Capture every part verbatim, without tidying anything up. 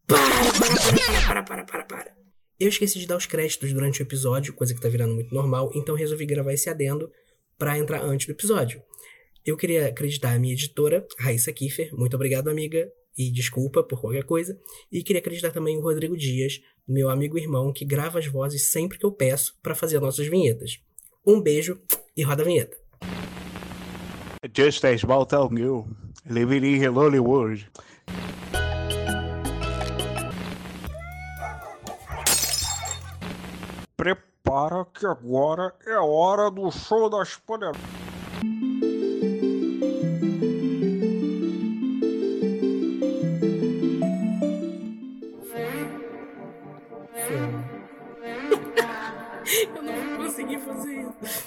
Para, para, para, para, para, para. Eu esqueci de dar os créditos durante o episódio, coisa que tá virando muito normal, então resolvi gravar esse adendo pra entrar antes do episódio. Eu queria acreditar a minha editora, Raíssa Kiefer, muito obrigado, amiga, e desculpa por qualquer coisa. E queria acreditar também o Rodrigo Dias, meu amigo e irmão, que grava as vozes sempre que eu peço pra fazer nossas vinhetas. Um beijo e roda a vinheta. Just a small town girl, living in a lonely world. Prepara que agora é a hora do show das poderosas. Eu não vou conseguir fazer isso.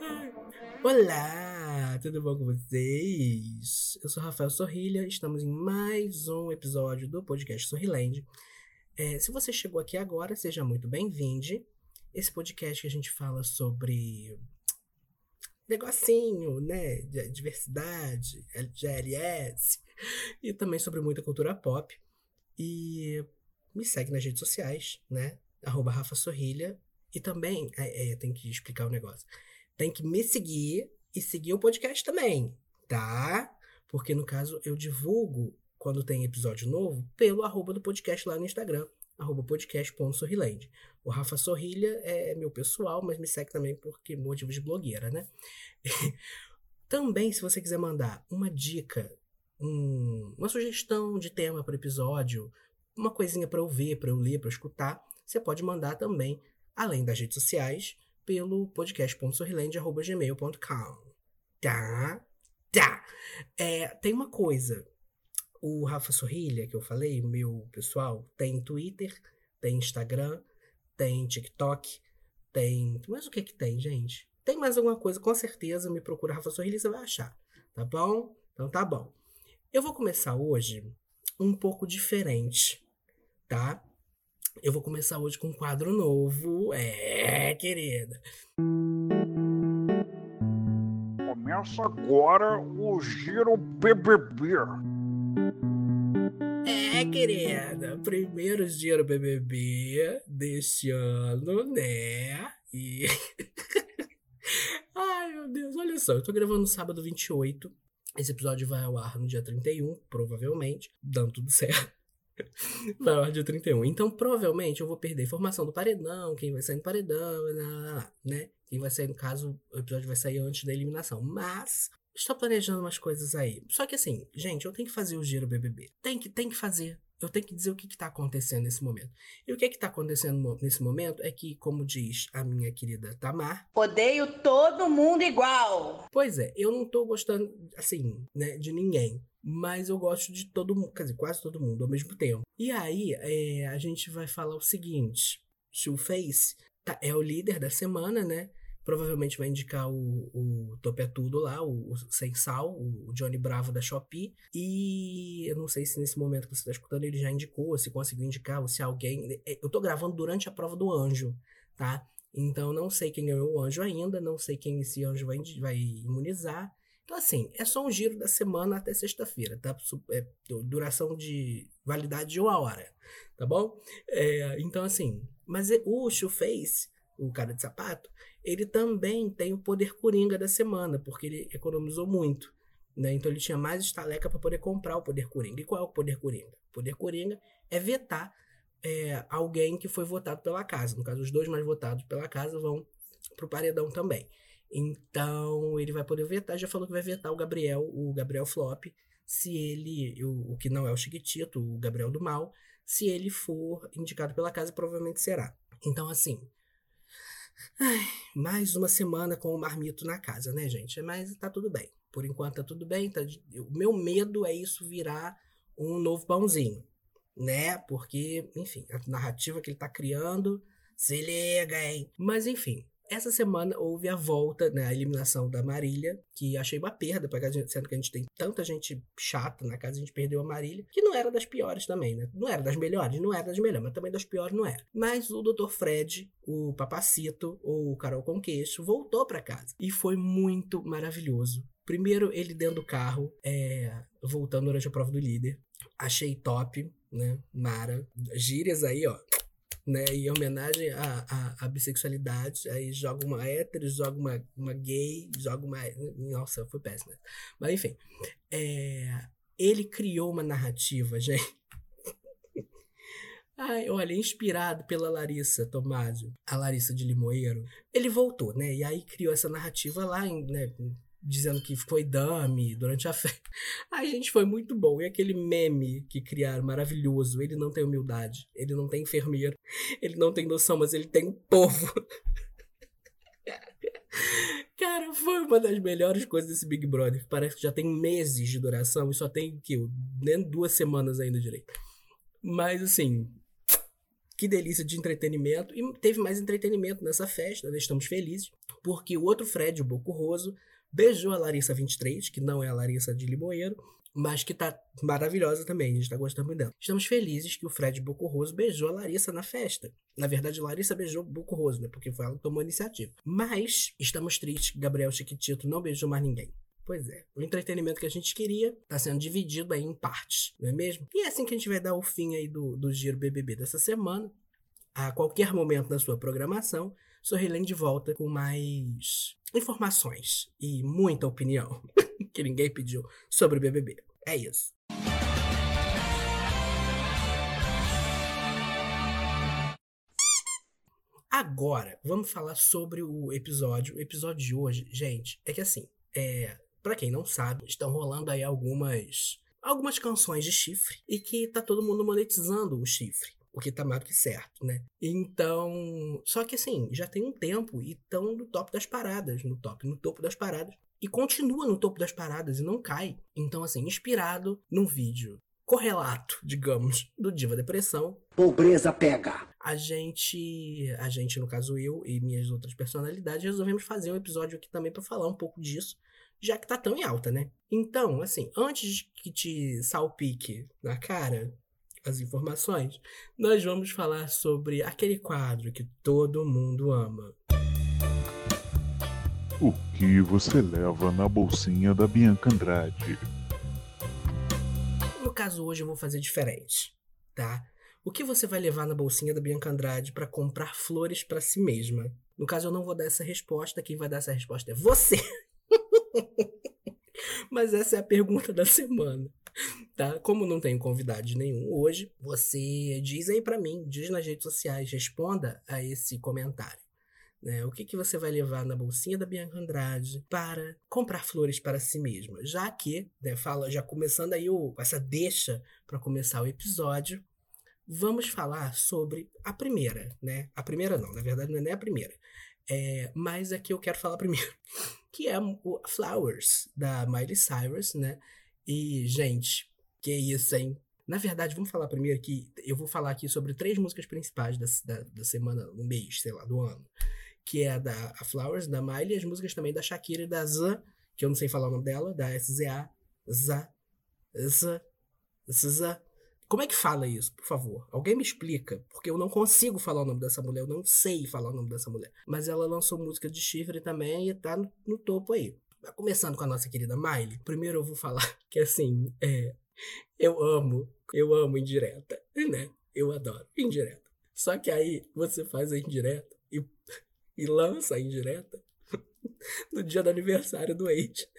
Olá, tudo bom com vocês? Eu sou Rafael Sorrilha, estamos em mais um episódio do podcast Sorriland. É, se você chegou aqui agora, seja muito bem-vindo. Esse podcast que a gente fala sobre negocinho, né, de diversidade, G L S, e também sobre muita cultura pop. E me segue nas redes sociais, né, arroba Rafa Sorrilha. E também, é, é, tem que explicar o negócio, tem que me seguir e seguir o podcast também, tá? Porque, no caso, eu divulgo, quando tem episódio novo, pelo arroba do podcast lá no Instagram, arroba podcast ponto sorriland. O Rafa Sorrilha é meu pessoal, mas me segue também porque motivo de blogueira, né? Também, se você quiser mandar uma dica, um, uma sugestão de tema para o episódio, uma coisinha para eu ver, para eu ler, para eu escutar, você pode mandar também, além das redes sociais, pelo podcast ponto sorriland arroba gmail ponto com. Tá? Tá. É, tem uma coisa. O Rafa Sorrilha, que eu falei, meu pessoal, tem Twitter, tem Instagram, tem TikTok, tem... Mas o que que tem, gente? Tem mais alguma coisa, com certeza, me procura Rafa Sorrilha e você vai achar. Tá bom? Então tá bom. Eu vou começar hoje um pouco diferente, tá? Eu vou começar hoje com um quadro novo. É, querida. Começa agora o Giro B B B. É, querida. Primeiro Giro B B B deste ano, né? E... Ai, meu Deus, olha só. Eu tô gravando no sábado vinte e oito. Esse episódio vai ao ar no dia trinta e um, provavelmente. Dando tudo certo. Vai ao ar dia trinta e um. Então, provavelmente, eu vou perder a informação do paredão, quem vai sair no paredão, né? Quem vai sair, no caso, o episódio vai sair antes da eliminação. Mas, estou planejando umas coisas aí. Só que assim, gente, eu tenho que fazer o Giro B B B. Tem que, tem que fazer. Eu tenho que dizer o que está acontecendo nesse momento. E o que está acontecendo nesse momento é que, como diz a minha querida Tamar... Odeio todo mundo igual. Pois é, eu não tô gostando, assim, né, de ninguém. Mas eu gosto de todo mundo, quer dizer, quase todo mundo ao mesmo tempo. E aí, é, a gente vai falar o seguinte. Shoeface tá, é o líder da semana, né? Provavelmente vai indicar o, o Tope é Tudo lá, o, o Sem Sal, o Johnny Bravo da Shopee. E eu não sei se nesse momento que você tá escutando ele já indicou, se conseguiu indicar, ou se alguém... Eu tô gravando durante a prova do anjo, tá? Então não sei quem ganhou o anjo ainda, não sei quem esse anjo vai, vai imunizar. Então, assim, é só um giro da semana até sexta-feira, tá? É, duração de validade de uma hora, tá bom? É, então, assim, mas o Shoeface, o cara de sapato, ele também tem o poder coringa da semana, porque ele economizou muito, né? Então, ele tinha mais estaleca para poder comprar o poder coringa. E qual é o poder coringa? O poder coringa é vetar é, alguém que foi votado pela casa. No caso, os dois mais votados pela casa vão pro paredão também. Então, ele vai poder vetar, já falou que vai vetar o Gabriel, o Gabriel Flop, se ele, o, o que não é o Chiquitito, o Gabriel do Mal, se ele for indicado pela casa, provavelmente será. Então, assim, ai, mais uma semana com o marmito na casa, né, gente? Mas tá tudo bem. Por enquanto tá tudo bem. Tá, o meu medo é isso virar um novo pãozinho, né? Porque, enfim, a narrativa que ele tá criando, se liga, hein? Mas, enfim... Essa semana houve a volta, né, a eliminação da Marília, que achei uma perda, porque a gente, sendo que a gente tem tanta gente chata na casa, a gente perdeu a Marília, que não era das piores também, né? Não era das melhores, não era das melhores, mas também das piores não era. Mas o doutor Fred, o Papacito, ou o Carol Conqueixo, voltou pra casa. E foi muito maravilhoso. Primeiro, ele dentro do carro, é, voltando durante a prova do líder. Achei top. né? Mara. Gírias aí, ó. Né? Em homenagem à, à, à bissexualidade. Aí joga uma hétero, joga uma, uma gay, joga uma... Nossa, foi péssimo. Mas enfim. É... Ele criou uma narrativa, gente. Ai, olha, inspirado pela Larissa Tomásio, a Larissa de Limoeiro, ele voltou, né? E aí criou essa narrativa lá, né? Dizendo que foi dame durante a festa. Ai, gente, foi muito bom. E aquele meme que criaram, maravilhoso. Ele não tem humildade, ele não tem enfermeiro, ele não tem noção, mas ele tem um povo. Cara, foi uma das melhores coisas desse Big Brother. Parece que já tem meses de duração e só tem, que, nem duas semanas ainda direito. Mas, assim... Que delícia de entretenimento. E teve mais entretenimento nessa festa, né? Estamos felizes. Porque o outro Fred, o Bocurroso, beijou a Larissa vinte e três, que não é a Larissa de Limoeiro, mas que tá maravilhosa também. A gente tá gostando muito dela. Estamos felizes que o Fred Bocurroso beijou a Larissa na festa. Na verdade, a Larissa beijou o Bocurroso, né? Porque foi ela que tomou a iniciativa. Mas estamos tristes que Gabriel Chiquitito não beijou mais ninguém. Pois é, o entretenimento que a gente queria está sendo dividido aí em partes, não é mesmo? E é assim que a gente vai dar o fim aí do, do Giro B B B dessa semana. A qualquer momento da sua programação, Sorrilene de volta com mais informações e muita opinião que ninguém pediu sobre o B B B. É isso. Agora, vamos falar sobre o episódio. O episódio de hoje, gente, é que assim, é... Pra quem não sabe, estão rolando aí algumas, algumas canções de chifre e que tá todo mundo monetizando o chifre, o que tá mais do que certo, né? Então, só que assim, já tem um tempo e estão no top das paradas, no top, no topo das paradas, e continua no topo das paradas e não cai. Então, assim, inspirado num vídeo correlato, digamos, do Diva Depressão. Pobreza pega. A gente, a gente, no caso eu e minhas outras personalidades, resolvemos fazer um episódio aqui também pra falar um pouco disso, já que tá tão em alta, né? Então, assim, antes que te salpique na cara as informações, nós vamos falar sobre aquele quadro que todo mundo ama. O que você leva na bolsinha da Bianca Andrade? No caso, hoje eu vou fazer diferente, tá? O que você vai levar na bolsinha da Bianca Andrade para comprar flores para si mesma? No caso, eu não vou dar essa resposta, quem vai dar essa resposta é você! Mas essa é a pergunta da semana, tá? Como não tenho convidado nenhum hoje, você diz aí pra mim, diz nas redes sociais, responda a esse comentário, né? O que, que você vai levar na bolsinha da Bianca Andrade para comprar flores para si mesma? Já que, né, fala, já começando aí o, essa deixa para começar o episódio, vamos falar sobre a primeira, né? A primeira não, na verdade não é nem a primeira. É, mas aqui eu quero falar primeiro, que é o Flowers, da Miley Cyrus, né? E, gente, que isso, hein? Na verdade, vamos falar primeiro que eu vou falar aqui sobre três músicas principais da, da, da semana, no mês, sei lá, do ano. Que é a da a Flowers, da Miley, e as músicas também da Shakira e da Z, que eu não sei falar o nome dela, da S Z A, Z, Z, Z. Como é que fala isso, por favor? Alguém me explica, porque eu não consigo falar o nome dessa mulher, eu não sei falar o nome dessa mulher. Mas ela lançou música de chifre também e tá no, no topo aí. Começando com a nossa querida Miley, primeiro eu vou falar que assim, é, eu amo, eu amo indireta, né? Eu adoro indireta. Só que aí você faz a indireta e, e lança a indireta no dia do aniversário do ex.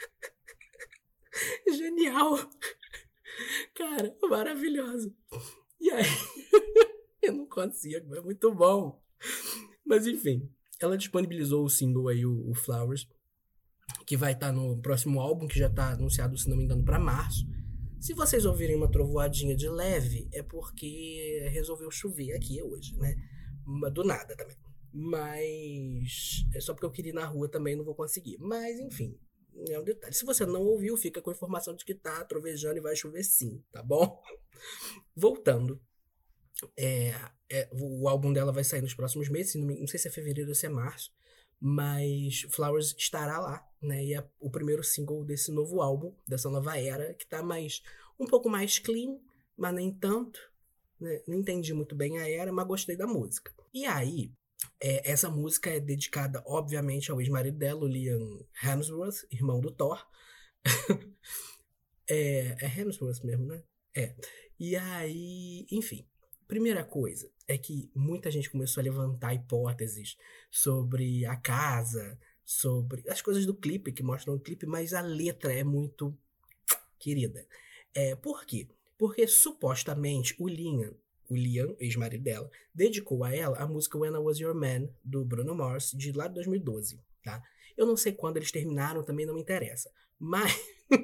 Genial! Cara, maravilhoso. E aí, eu não consigo, é muito bom. Mas enfim, ela disponibilizou o single aí, o, o Flowers, que vai estar tá no próximo álbum, que já está anunciado, se não me engano, para março. Se vocês ouvirem uma trovoadinha de leve, é porque resolveu chover aqui hoje, né? Do nada também. Mas é só porque eu queria ir na rua também, não vou conseguir. Mas enfim, é um detalhe. Se você não ouviu, fica com a informação de que tá trovejando e vai chover sim, tá bom? Voltando. É, é, o álbum dela vai sair nos próximos meses, não, não sei se é fevereiro ou se é março, mas Flowers estará lá, né? E é o primeiro single desse novo álbum, dessa nova era, que tá mais, um pouco mais clean, mas nem tanto, né? Não entendi muito bem a era, mas gostei da música. E aí, é, essa música é dedicada, obviamente, ao ex-marido dela, o Liam Hemsworth, irmão do Thor. é, é Hemsworth mesmo, né? É. E aí, enfim. Primeira coisa é que muita gente começou a levantar hipóteses sobre a casa, sobre as coisas do clipe, que mostram o clipe, mas a letra é muito querida. É, por quê? Porque supostamente o Liam, o Liam, ex-marido dela, dedicou a ela a música When I Was Your Man, do Bruno Mars, de lá de dois mil e doze, tá? Eu não sei quando eles terminaram, também não me interessa. Mas...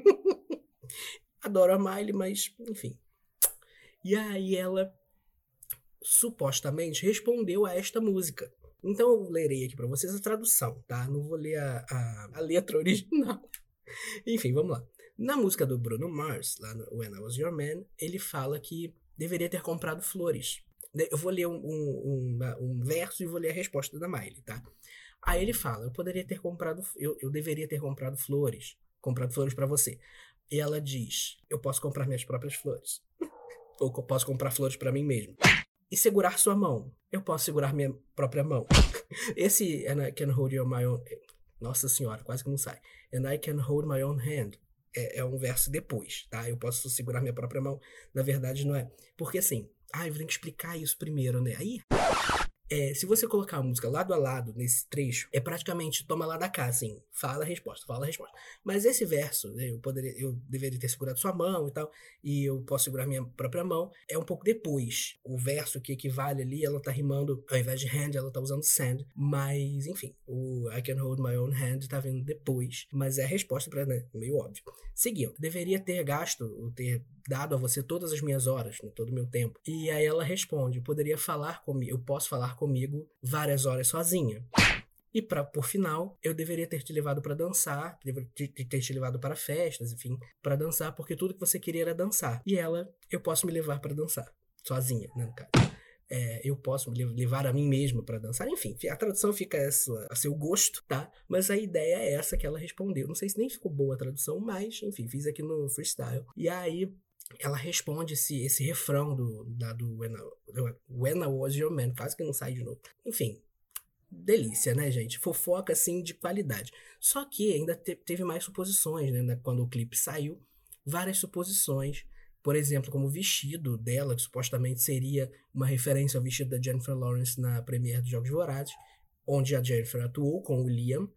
adoro a Miley, mas, enfim. E aí ela... supostamente respondeu a esta música. Então eu lerei aqui pra vocês a tradução, tá? Não vou ler a, a, a letra original. Enfim, vamos lá. Na música do Bruno Mars, lá no When I Was Your Man, ele fala que deveria ter comprado flores. Eu vou ler um, um, um, um verso e vou ler a resposta da Miley, tá? Aí ele fala, eu poderia ter comprado, eu, eu deveria ter comprado flores, comprado flores pra você. E ela diz, eu posso comprar minhas próprias flores. Ou eu posso comprar flores pra mim mesmo. E segurar sua mão. Eu posso segurar minha própria mão. Esse And I can hold your my own... Nossa senhora, quase que não sai. And I can hold my own hand. É, é um verso depois, tá? Eu posso segurar minha própria mão. Na verdade, não é. Porque assim... Ah, eu tenho que explicar isso primeiro, né? Aí... É, se você colocar a música lado a lado nesse trecho, é praticamente toma lá da cá, assim, fala a resposta, fala a resposta. Mas esse verso, né, eu, poderia, eu deveria ter segurado sua mão e tal, e eu posso segurar minha própria mão, é um pouco depois. O verso que equivale ali, ela tá rimando, ao invés de hand, ela tá usando sand, mas, enfim, o I can hold my own hand tá vindo depois, mas é a resposta pra, né, meio óbvio. Seguindo, deveria ter gasto, ou ter dado a você todas as minhas horas, né, todo o meu tempo. E aí ela responde, eu poderia falar comigo, eu posso falar comigo várias horas sozinha. E pra, por final, eu deveria ter te levado pra dançar, deveria ter te levado para festas, enfim, pra dançar, porque tudo que você queria era dançar. E ela, eu posso me levar pra dançar, sozinha, né, no caso. É, eu posso me levar a mim mesma pra dançar, enfim, a tradução fica a, sua, a seu gosto, tá? Mas a ideia é essa que ela respondeu. Não sei se nem ficou boa a tradução, mas, enfim, fiz aqui no freestyle. E aí... ela responde esse, esse refrão do, da, do When I, When I Was Your Man, quase que não sai de novo. Enfim, delícia, né, gente? Fofoca, assim, de qualidade. Só que ainda te, teve mais suposições, né? Quando o clipe saiu, várias suposições. Por exemplo, como o vestido dela, que supostamente seria uma referência ao vestido da Jennifer Lawrence na premiere dos Jogos Vorazes, onde a Jennifer atuou com o Liam.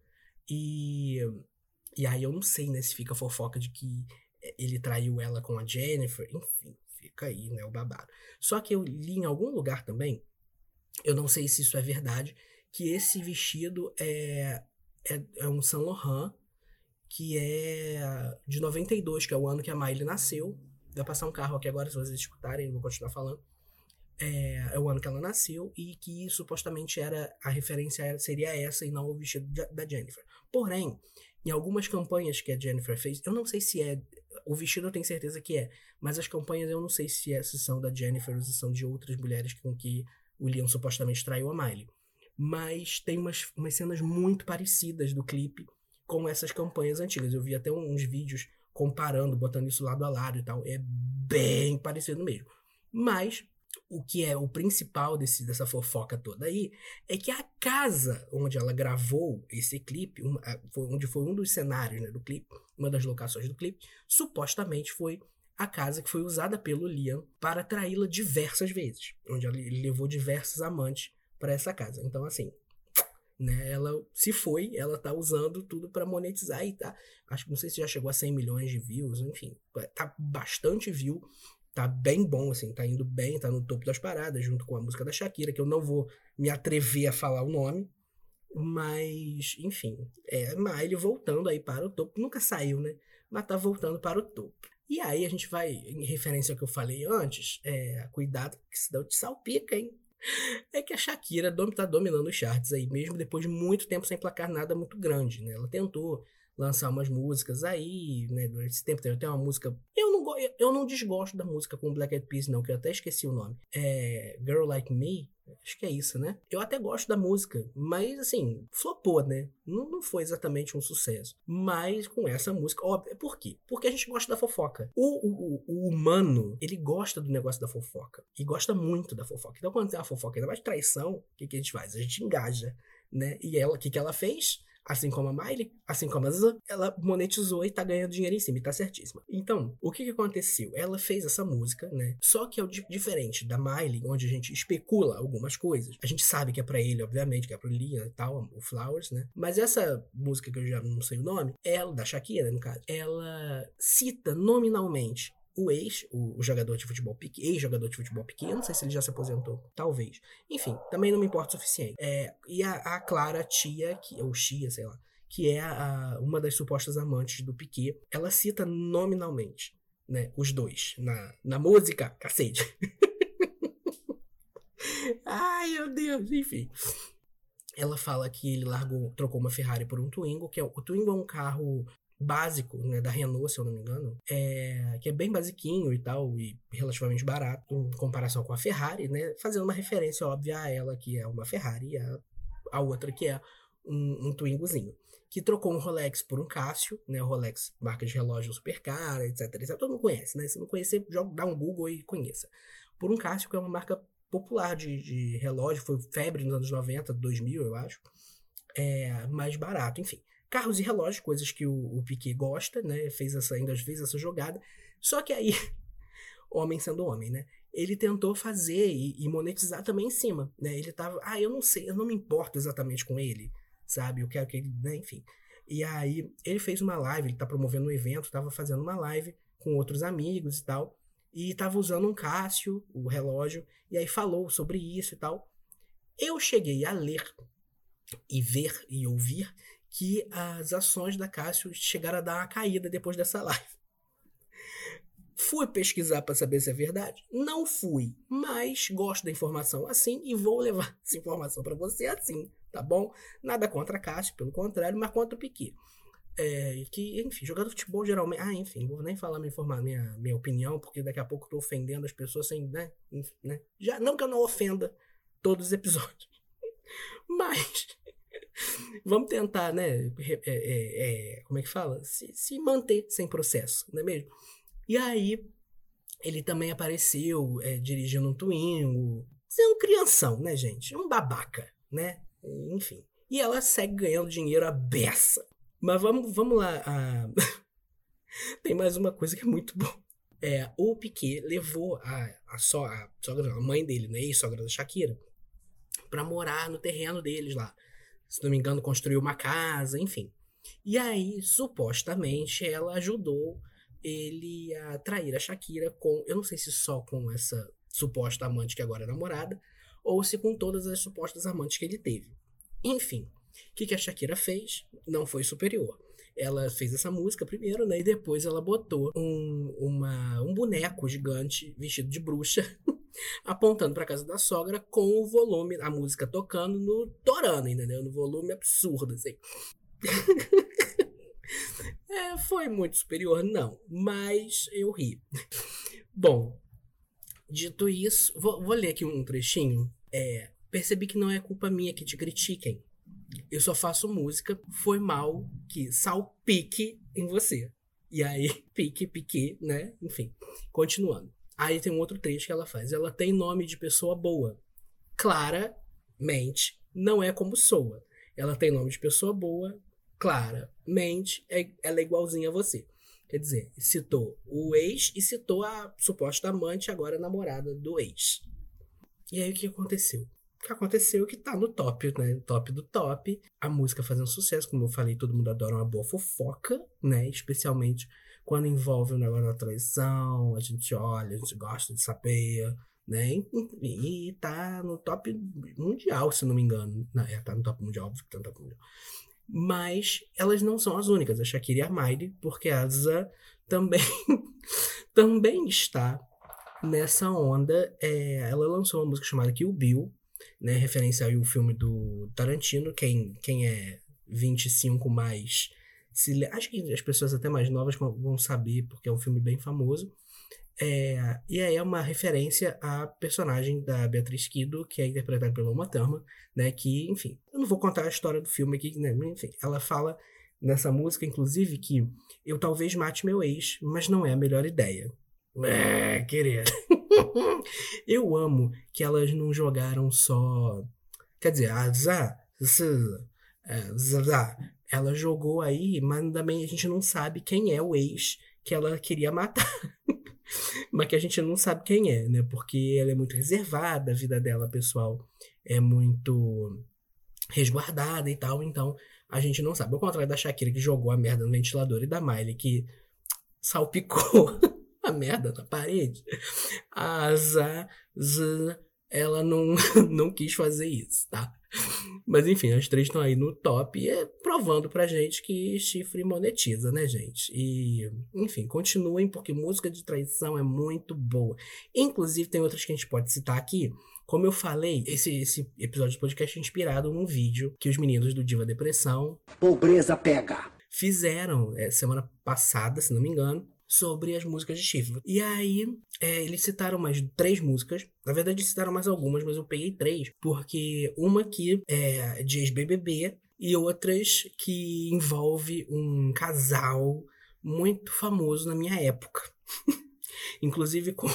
E, e aí eu não sei, né, se fica fofoca de que ele traiu ela com a Jennifer, enfim, fica aí, né, o babado. Só que eu li em algum lugar também, eu não sei se isso é verdade, que esse vestido é, é, é um Saint Laurent, que é de noventa e dois, que é o ano que a Miley nasceu. Vai passar um carro aqui agora, se vocês escutarem, eu vou continuar falando. É, é o ano que ela nasceu e que supostamente era a referência era, seria essa e não o vestido da, da Jennifer. Porém, em algumas campanhas que a Jennifer fez, eu não sei se é... O vestido eu tenho certeza que é, mas as campanhas eu não sei se essas são da Jennifer ou se são de outras mulheres com que o Liam supostamente traiu a Miley. Mas tem umas, umas cenas muito parecidas do clipe com essas campanhas antigas. Eu vi até uns vídeos comparando, botando isso lado a lado e tal. É bem parecido mesmo. Mas o que é o principal desse, dessa fofoca toda aí é que a casa onde ela gravou esse clipe, uma, foi, onde foi um dos cenários, né, do clipe, uma das locações do clipe, supostamente foi a casa que foi usada pelo Liam para traí-la diversas vezes, onde ele levou diversos amantes para essa casa. Então, assim, né, ela se foi, ela tá usando tudo para monetizar e tá, acho que não sei se já chegou a cem milhões de views, enfim, tá bastante view. Tá bem bom, assim, tá indo bem, tá no topo das paradas, junto com a música da Shakira, que eu não vou me atrever a falar o nome, mas, enfim, é Miley voltando aí para o topo, nunca saiu, né, mas tá voltando para o topo. E aí a gente vai, em referência ao que eu falei antes, é, cuidado, que senão te salpica, hein, é que a Shakira tá dominando os charts aí, mesmo depois de muito tempo sem placar nada muito grande, né, ela tentou lançar umas músicas aí, né, durante esse tempo, tem até uma música, eu não, eu não desgosto da música com Black Eyed Peas não, que eu até esqueci o nome, é Girl Like Me, acho que é isso, né, eu até gosto da música, mas assim, flopou, né, não, não foi exatamente um sucesso, mas com essa música, óbvio, por quê? Porque a gente gosta da fofoca, o, o, o humano, ele gosta do negócio da fofoca, e gosta muito da fofoca, então quando tem uma fofoca, ainda mais traição, o que, que a gente faz? A gente engaja, né, e ela, o que, que ela fez? Assim como a Miley, assim como a Z, ela monetizou e tá ganhando dinheiro em cima, e tá certíssima. Então, o que que aconteceu? Ela fez essa música, né? Só que é o di- diferente da Miley, onde a gente especula algumas coisas. A gente sabe que é pra ele, obviamente, que é pro Liam e tal, o Flowers, né? Mas essa música que eu já não sei o nome, ela, da Shakira, no caso, ela cita nominalmente o ex, o, o jogador de futebol Piquet, ex-jogador de futebol Piquet, eu não sei se ele já se aposentou, talvez. Enfim, também não me importa o suficiente. É, e a, a Clara Tia, que, ou Chia, sei lá, que é a, uma das supostas amantes do Piquet, ela cita nominalmente, né, os dois, na, na música, cacete. Ai, meu Deus, enfim. Ela fala que ele largou, trocou uma Ferrari por um Twingo, que é, o Twingo é um carro básico, né, da Renault, se eu não me engano, é, que é bem basiquinho e tal, e relativamente barato em comparação com a Ferrari, né, fazendo uma referência óbvia a ela, que é uma Ferrari, e a, a outra que é um, um Twingozinho, que trocou um Rolex por um Casio, né, o Rolex, marca de relógio super cara, etc, etcétera, todo mundo conhece, né, se não conhecer, joga, dá um Google e conheça, por um Casio, que é uma marca popular de, de relógio, foi febre nos anos noventa, dois mil, eu acho, é mais barato, enfim. Carros e relógios, coisas que o, o Piquet gosta, né? Fez essa, ainda fez essa jogada. Só que aí, homem sendo homem, né? Ele tentou fazer e, e monetizar também em cima, né? Ele tava, ah, eu não sei, eu não me importo exatamente com ele, sabe? Eu quero que ele, né? Enfim. E aí, ele fez uma live, ele tá promovendo um evento, tava fazendo uma live com outros amigos e tal. E tava usando um Casio, o relógio, e aí falou sobre isso e tal. Eu cheguei a ler e ver e ouvir que as ações da Casio chegaram a dar uma caída depois dessa live. Fui pesquisar para saber se é verdade? Não fui, mas gosto da informação assim e vou levar essa informação para você assim, tá bom? Nada contra a Casio, pelo contrário, mas contra o Piquet. É, que, enfim, jogador de futebol geralmente... Ah, enfim, não vou nem falar minha, informa, minha, minha opinião, porque daqui a pouco eu tô ofendendo as pessoas sem, né? Enfim, né? Já, não que eu não ofenda todos os episódios, mas... Vamos tentar, né? É, é, é, como é que fala? Se, se manter sem processo, não é mesmo? E aí, ele também apareceu é, dirigindo um Twingo. Você é um crianção, né, gente? Um babaca, né? Enfim. E ela segue ganhando dinheiro à beça. Mas vamos, vamos lá. A... Tem mais uma coisa que é muito bom. É, o Piquet levou a, a, so, a sogra, a mãe dele, né? Ex-sogra da Shakira, pra morar no terreno deles lá. Se não me engano, construiu uma casa, enfim. E aí, supostamente, ela ajudou ele a trair a Shakira com... Eu não sei se só com essa suposta amante que agora é namorada, ou se com todas as supostas amantes que ele teve. Enfim, o que, que a Shakira fez? Não foi superior. Ela fez essa música primeiro, né? E depois ela botou um, uma, um boneco gigante vestido de bruxa apontando pra casa da sogra com o volume, a música tocando no torando, entendeu? No volume absurdo, assim. É, foi muito superior, não, mas eu ri. Bom, dito isso, vou, vou ler aqui um trechinho. É, percebi que não é culpa minha que te critiquem. Eu só faço música, foi mal que salpique em você. E aí, pique, pique, né? Enfim, continuando. Aí tem um outro trecho que ela faz. Ela tem nome de pessoa boa. Claramente, não é como soa. Ela tem nome de pessoa boa. Claramente, é, ela é igualzinha a você. Quer dizer, citou o ex e citou a suposta amante, agora namorada do ex. E aí o que aconteceu? O que aconteceu é que tá no top, né? Top do top. A música fazendo sucesso, como eu falei, todo mundo adora uma boa fofoca, né? Especialmente quando envolve o negócio da traição, a gente olha, a gente gosta de saber, né? E, e tá no top mundial, se não me engano. Não, é, tá no top mundial, óbvio que tá no top mundial. Mas elas não são as únicas, a Shakira e a Miley, porque a Zá também, também está nessa onda. É, ela lançou uma música chamada Kill Bill, né, referência ao filme do Tarantino. Quem, quem é vinte e cinco mais, se, acho que as pessoas até mais novas vão saber, porque é um filme bem famoso. É, e aí é uma referência à personagem da Beatriz Kido, que é interpretada pela Uma Thurman, né, que, enfim, eu não vou contar a história do filme aqui, né, enfim, ela fala nessa música, inclusive, que eu talvez mate meu ex, mas não é a melhor ideia. É, querida. Eu amo que elas não jogaram só... Quer dizer, a Zá É, Zá, ela jogou aí, mas também a gente não sabe quem é o ex que ela queria matar. Mas que a gente não sabe quem é, né? Porque ela é muito reservada, a vida dela pessoal é muito resguardada e tal, então a gente não sabe. Ao contrário da Shakira, que jogou a merda no ventilador, e da Miley, que salpicou a merda na parede, a Zá, Zá, ela não, não quis fazer isso, tá? Mas enfim, as três estão aí no top e é provando pra gente que chifre monetiza, né, gente? E, enfim, continuem, porque música de traição é muito boa. Inclusive, tem outras que a gente pode citar aqui. Como eu falei, esse, esse episódio de podcast é inspirado num vídeo que os meninos do Diva Depressão Pobreza pega. fizeram é, semana passada, se não me engano, sobre as músicas de chifre. E aí, é, eles citaram mais três músicas. Na verdade, eles citaram mais algumas, mas eu peguei três. Porque uma que é de ex-B B B e outras que envolve um casal muito famoso na minha época. Inclusive com,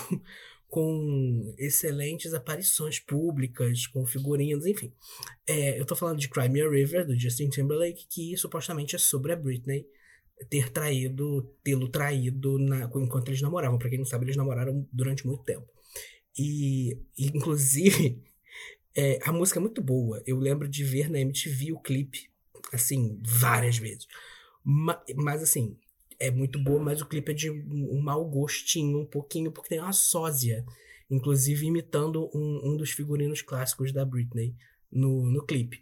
com excelentes aparições públicas, com figurinos, enfim. É, eu tô falando de Cry Me a River, do Justin Timberlake, que supostamente é sobre a Britney ter traído, tê-lo traído na, enquanto eles namoravam. Pra quem não sabe, eles namoraram durante muito tempo. E, e inclusive, é, a música é muito boa. Eu lembro de ver na M T V o clipe, assim, várias vezes. Ma, mas, assim, é muito boa, mas o clipe é de um, um mau gostinho, um pouquinho, porque tem uma sósia, inclusive imitando um, um dos figurinos clássicos da Britney no, no clipe.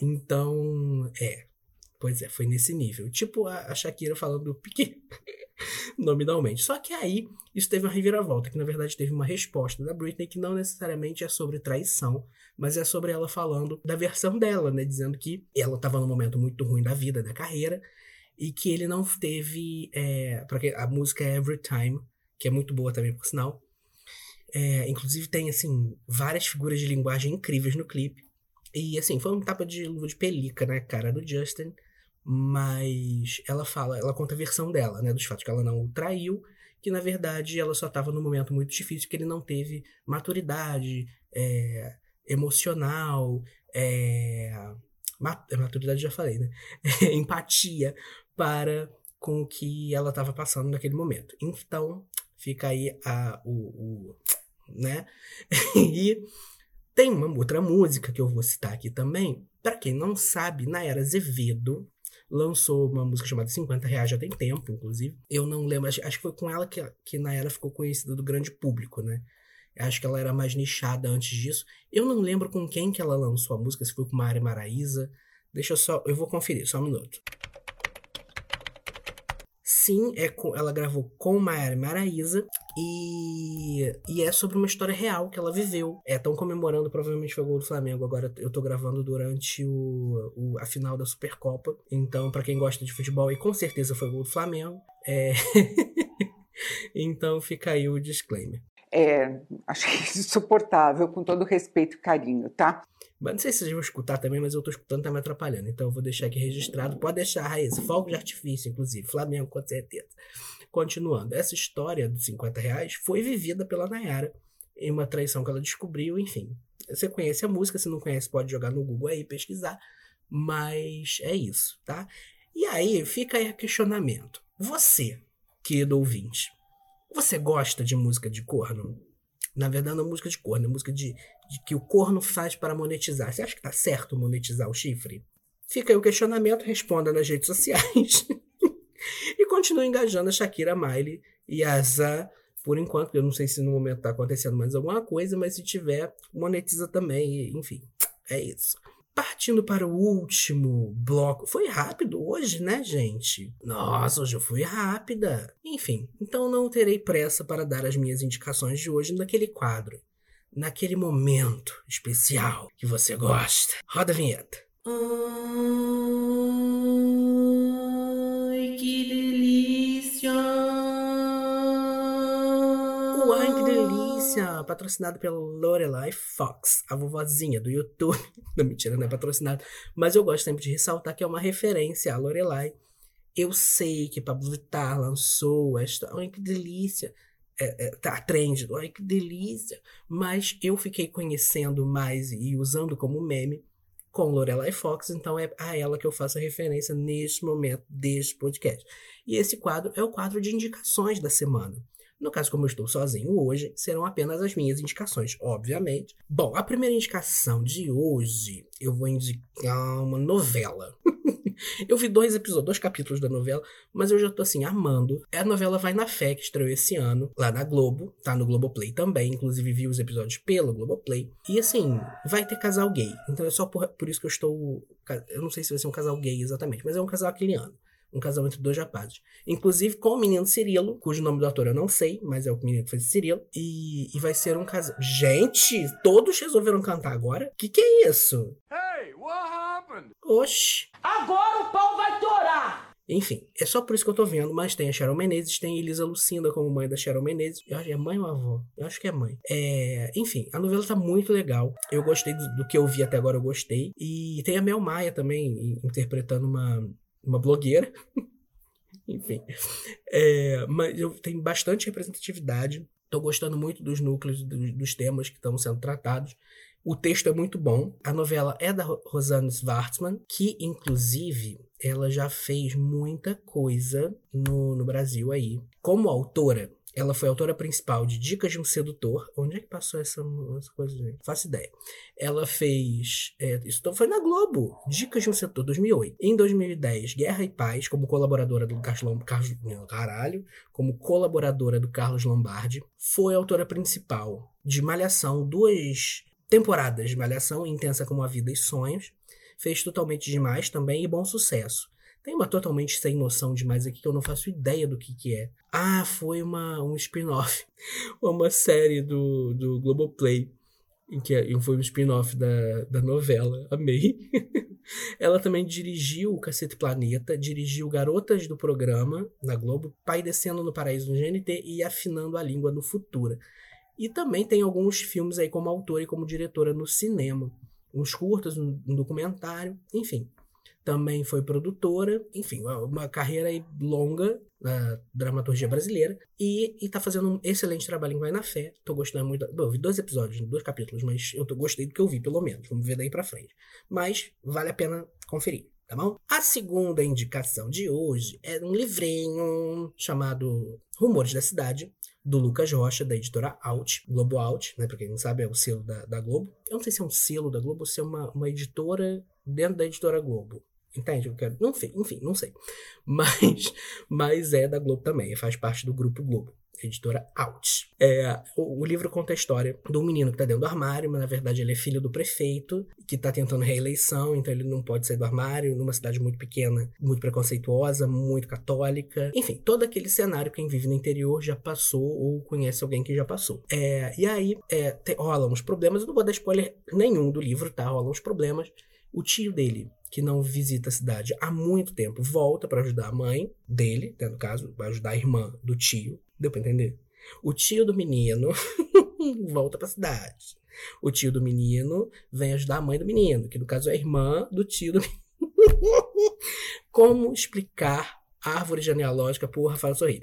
Então, é... Pois é, foi nesse nível. Tipo a, a Shakira falando do Piquet nominalmente. Só que aí, isso teve uma reviravolta, que na verdade teve uma resposta da Britney, que não necessariamente é sobre traição, mas é sobre ela falando da versão dela, né? Dizendo que ela estava num momento muito ruim da vida, da carreira, e que ele não teve... É, porque a música é Every Time, que é muito boa também, por sinal. É, inclusive tem, assim, várias figuras de linguagem incríveis no clipe. E, assim, foi um tapa de luva de pelica na cara do Justin. Mas ela fala, ela conta a versão dela, né, dos fatos que ela não o traiu, que na verdade ela só estava num momento muito difícil, que ele não teve maturidade é, emocional, é, mat- maturidade já falei, né, empatia para com o que ela estava passando naquele momento. Então fica aí a, o, o né, e tem uma outra música que eu vou citar aqui também. Para quem não sabe, Nayara Azevedo lançou uma música chamada cinquenta reais, já tem tempo, inclusive. Eu não lembro, acho, acho que foi com ela que, que Nayara ficou conhecida do grande público, né? Acho que ela era mais nichada antes disso. Eu não lembro com quem que ela lançou a música, se foi com Mari Maraíza. Deixa eu só, eu vou conferir, só um minuto. Sim, é com, ela gravou com Maiara Maraíza e, e é sobre uma história real que ela viveu. É, estão comemorando, provavelmente foi o gol do Flamengo. Agora eu tô gravando durante o, o, a final da Supercopa. Então, pra quem gosta de futebol, e com certeza foi o gol do Flamengo. É... então fica aí o disclaimer. É, acho que é insuportável, com todo respeito e carinho, tá? Mas não sei se vocês vão escutar também, mas eu tô escutando, tá me atrapalhando. Então eu vou deixar aqui registrado. Pode deixar, Raíssa. Fogo de artifício, inclusive. Flamengo, com certeza. Continuando. Essa história dos cinquenta reais foi vivida pela Nayara em uma traição que ela descobriu, enfim. Você conhece a música, se não conhece, pode jogar no Google aí, pesquisar. Mas é isso, tá? E aí, fica aí o questionamento. Você, querido ouvinte, você gosta de música de corno? Na verdade, não é música de corno, é música de, de que o corno faz para monetizar. Você acha que tá certo monetizar o chifre? Fica aí o questionamento, responda nas redes sociais. E continue engajando a Shakira, a Miley e a Zá, por enquanto. Eu não sei se no momento tá acontecendo mais alguma coisa, mas se tiver, monetiza também. Enfim, é isso. Partindo para o último bloco. Foi rápido hoje, né, gente? Nossa, hoje eu fui rápida. Enfim, então não terei pressa para dar as minhas indicações de hoje naquele quadro. Naquele momento especial que você gosta. Roda a vinheta. Ai, que delícia! Ai, que delícia! Patrocinado pela Lorelai Fox, a vovozinha do YouTube. Não, mentira, não é patrocinado. Mas eu gosto sempre de ressaltar que é uma referência à Lorelai. Eu sei que Pablo Vittar lançou esta... Ai, que delícia! É, é, tá trend. Ai, que delícia! Mas eu fiquei conhecendo mais e usando como meme com Lorelai Fox, então é a ela que eu faço a referência neste momento deste podcast. E esse quadro é o quadro de indicações da semana. No caso, como eu estou sozinho hoje, serão apenas as minhas indicações, obviamente. Bom, a primeira indicação de hoje, eu vou indicar uma novela. Eu vi dois episódios, dois capítulos da novela, mas eu já tô assim, amando. A novela Vai na Fé, que estreou esse ano, lá na Globo, tá no Globoplay também, inclusive vi os episódios pela Globoplay. E assim, vai ter casal gay, então é só por, por isso que eu estou... Eu não sei se vai ser um casal gay exatamente, mas é um casal aquiliano. Um casal entre dois rapazes. Inclusive com o menino Cirilo, cujo nome do ator eu não sei, mas é o menino que fez Cirilo. E, e vai ser um casal... Gente, todos resolveram cantar agora? Que que é isso? Hey, what happened? Oxi. Agora o pau vai torar! Enfim, é só por isso que eu tô vendo, mas tem a Cheryl Menezes, tem a Elisa Lucinda como mãe da Cheryl Menezes. Eu acho que é mãe ou avó? Eu acho que é mãe. É... Enfim, a novela tá muito legal. Eu gostei do, do que eu vi até agora, eu gostei. E tem a Mel Maia também, interpretando uma... uma blogueira, enfim, é, mas eu tenho bastante representatividade, tô gostando muito dos núcleos, dos, dos temas que estão sendo tratados, o texto é muito bom, a novela é da Rosanne Schwartzman, que inclusive ela já fez muita coisa no, no Brasil aí, como autora. Ela foi autora principal de Dicas de um Sedutor. Onde é que passou essa, essa coisa, gente? Não faço ideia. Ela fez... É, isso foi na Globo. Dicas de um Sedutor, dois mil e oito. Em dois mil e dez, Guerra e Paz, como colaboradora do Carlos... Carlos não, caralho. Como colaboradora do Carlos Lombardi. Foi autora principal de Malhação. Duas temporadas de Malhação, Intensa como a Vida e Sonhos. Fez Totalmente Demais também e Bom Sucesso. Tem uma totalmente sem noção demais aqui que eu não faço ideia do que que é. Ah, foi uma, um spin-off. Uma série do, do Globoplay. Em que foi um spin-off da, da novela. Amei. Ela também dirigiu o Cacete Planeta. Dirigiu Garotas do Programa na Globo. Pai Descendo no Paraíso no G N T. E Afinando a Língua no Futura. E também tem alguns filmes aí como autora e como diretora no cinema. Uns curtas, um, um documentário. Enfim. Também foi produtora, enfim, uma carreira aí longa na dramaturgia brasileira e, e tá fazendo um excelente trabalho em Vai na Fé. Tô gostando muito. Bom, eu vi dois episódios, dois capítulos, mas eu tô, gostei do que eu vi, pelo menos. Vamos ver daí pra frente. Mas vale a pena conferir, tá bom? A segunda indicação de hoje é um livrinho chamado Rumores da Cidade, do Lucas Rocha, da editora Out, Globo Out, né? Pra quem não sabe, é o selo da, da Globo. Eu não sei se é um selo da Globo ou se é uma, uma editora dentro da editora Globo. Entende? Eu quero... Não sei, enfim, não sei. Mas, mas é da Globo também, faz parte do Grupo Globo, editora Out. É, o, o livro conta a história de um menino que tá dentro do armário, mas na verdade ele é filho do prefeito, que tá tentando reeleição, então ele não pode sair do armário, numa cidade muito pequena, muito preconceituosa, muito católica. Enfim, todo aquele cenário, quem vive no interior já passou ou conhece alguém que já passou. É, e aí é, te, rolam uns problemas, eu não vou dar spoiler nenhum do livro, tá? Rolam uns problemas. O tio dele, que não visita a cidade há muito tempo, volta para ajudar a mãe dele, né, no caso, vai ajudar a irmã do tio. Deu pra entender? O tio do menino volta pra cidade. O tio do menino vem ajudar a mãe do menino, que no caso é a irmã do tio do menino. Como explicar a árvore genealógica por Rafael Sorrilha?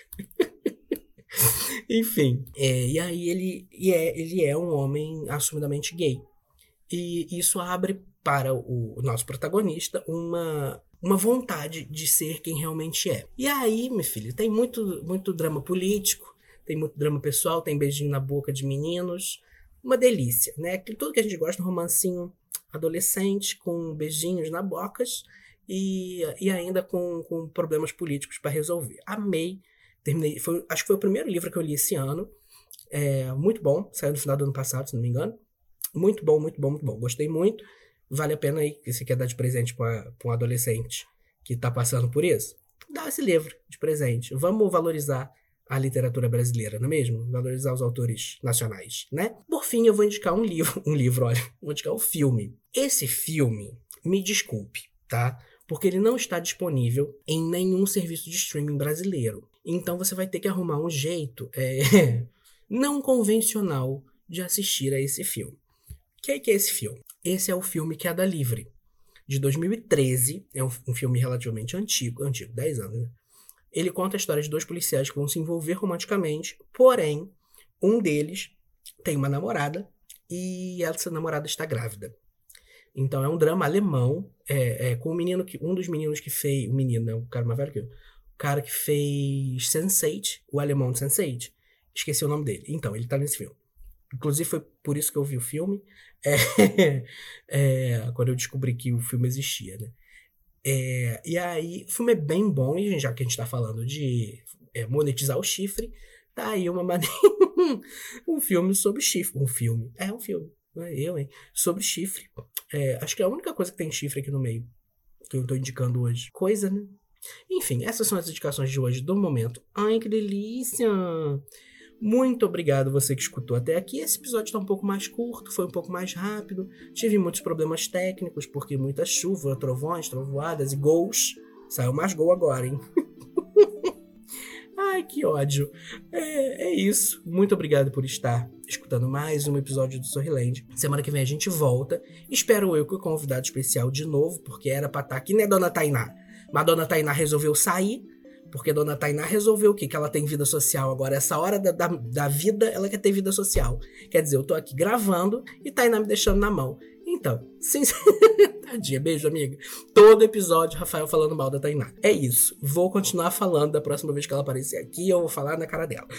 Enfim, é, e aí ele, e é, ele é um homem assumidamente gay. E isso abre para o nosso protagonista uma, uma vontade de ser quem realmente é. E aí, meu filho, tem muito, muito drama político, tem muito drama pessoal, tem beijinho na boca de meninos. Uma delícia, né? Tudo que a gente gosta, um romancinho adolescente, com beijinhos na bocas e, e ainda com, com problemas políticos para resolver. Amei. Terminei, foi, acho que foi o primeiro livro que eu li esse ano. É, muito bom, saiu no final do ano passado, se não me engano. Muito bom, muito bom, muito bom. Gostei muito. Vale a pena aí, se você quer dar de presente para um adolescente que tá passando por isso, dá esse livro de presente. Vamos valorizar a literatura brasileira, não é mesmo? Valorizar os autores nacionais, né? Por fim, eu vou indicar um livro, um livro, olha, vou indicar um filme. Esse filme, me desculpe, tá? Porque ele não está disponível em nenhum serviço de streaming brasileiro. Então você vai ter que arrumar um jeito é, não convencional de assistir a esse filme. O que, que é esse filme? Esse é o filme Queda Livre, de dois mil e treze. É um, um filme relativamente antigo, antigo, dez anos, né? Ele conta a história de dois policiais que vão se envolver romanticamente, porém, um deles tem uma namorada e essa namorada está grávida. Então é um drama alemão, é, é, com o menino que, um dos meninos que fez, o menino, né, o cara mais velho que eu, o cara que fez sense eight, o alemão de sense eight, esqueci o nome dele. Então, ele tá nesse filme. Inclusive foi por isso que eu vi o filme, é, é, quando eu descobri que o filme existia, né. É, e aí, o filme é bem bom, e já que a gente tá falando de é, monetizar o chifre, tá aí uma maneira, um filme sobre chifre, um filme, é um filme, não é eu, hein, sobre chifre, é, acho que é a única coisa que tem chifre aqui no meio, que eu tô indicando hoje, coisa, né? Enfim, essas são as indicações de hoje do momento. Ai, que delícia! Muito obrigado você que escutou até aqui. Esse episódio tá um pouco mais curto, foi um pouco mais rápido. Tive muitos problemas técnicos, porque muita chuva, trovões, trovoadas e gols. Saiu mais gol agora, hein? Ai, que ódio. É, é isso. Muito obrigado por estar escutando mais um episódio do Sorriland. Semana que vem a gente volta. Espero eu com o convidado especial de novo, porque era pra estar aqui, né, Dona Tainá? Mas a Dona Tainá resolveu sair. Porque a Dona Tainá resolveu o quê? Que ela tem vida social agora. Essa hora da, da, da vida, ela quer ter vida social. Quer dizer, eu tô aqui gravando e Tainá me deixando na mão. Então, sim... Tadinha, beijo, amiga. Todo episódio, Rafael falando mal da Tainá. É isso. Vou continuar falando da próxima vez que ela aparecer aqui. Eu vou falar na cara dela.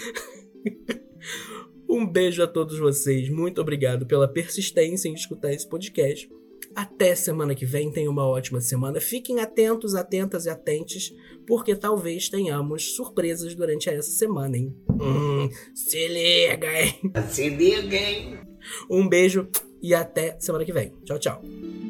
Um beijo a todos vocês. Muito obrigado pela persistência em escutar esse podcast. Até semana que vem, tenham uma ótima semana. Fiquem atentos, atentas e atentes, porque talvez tenhamos surpresas durante essa semana, hein? Hum, se liga, hein? Se liga, hein? Um beijo e até semana que vem. Tchau, tchau.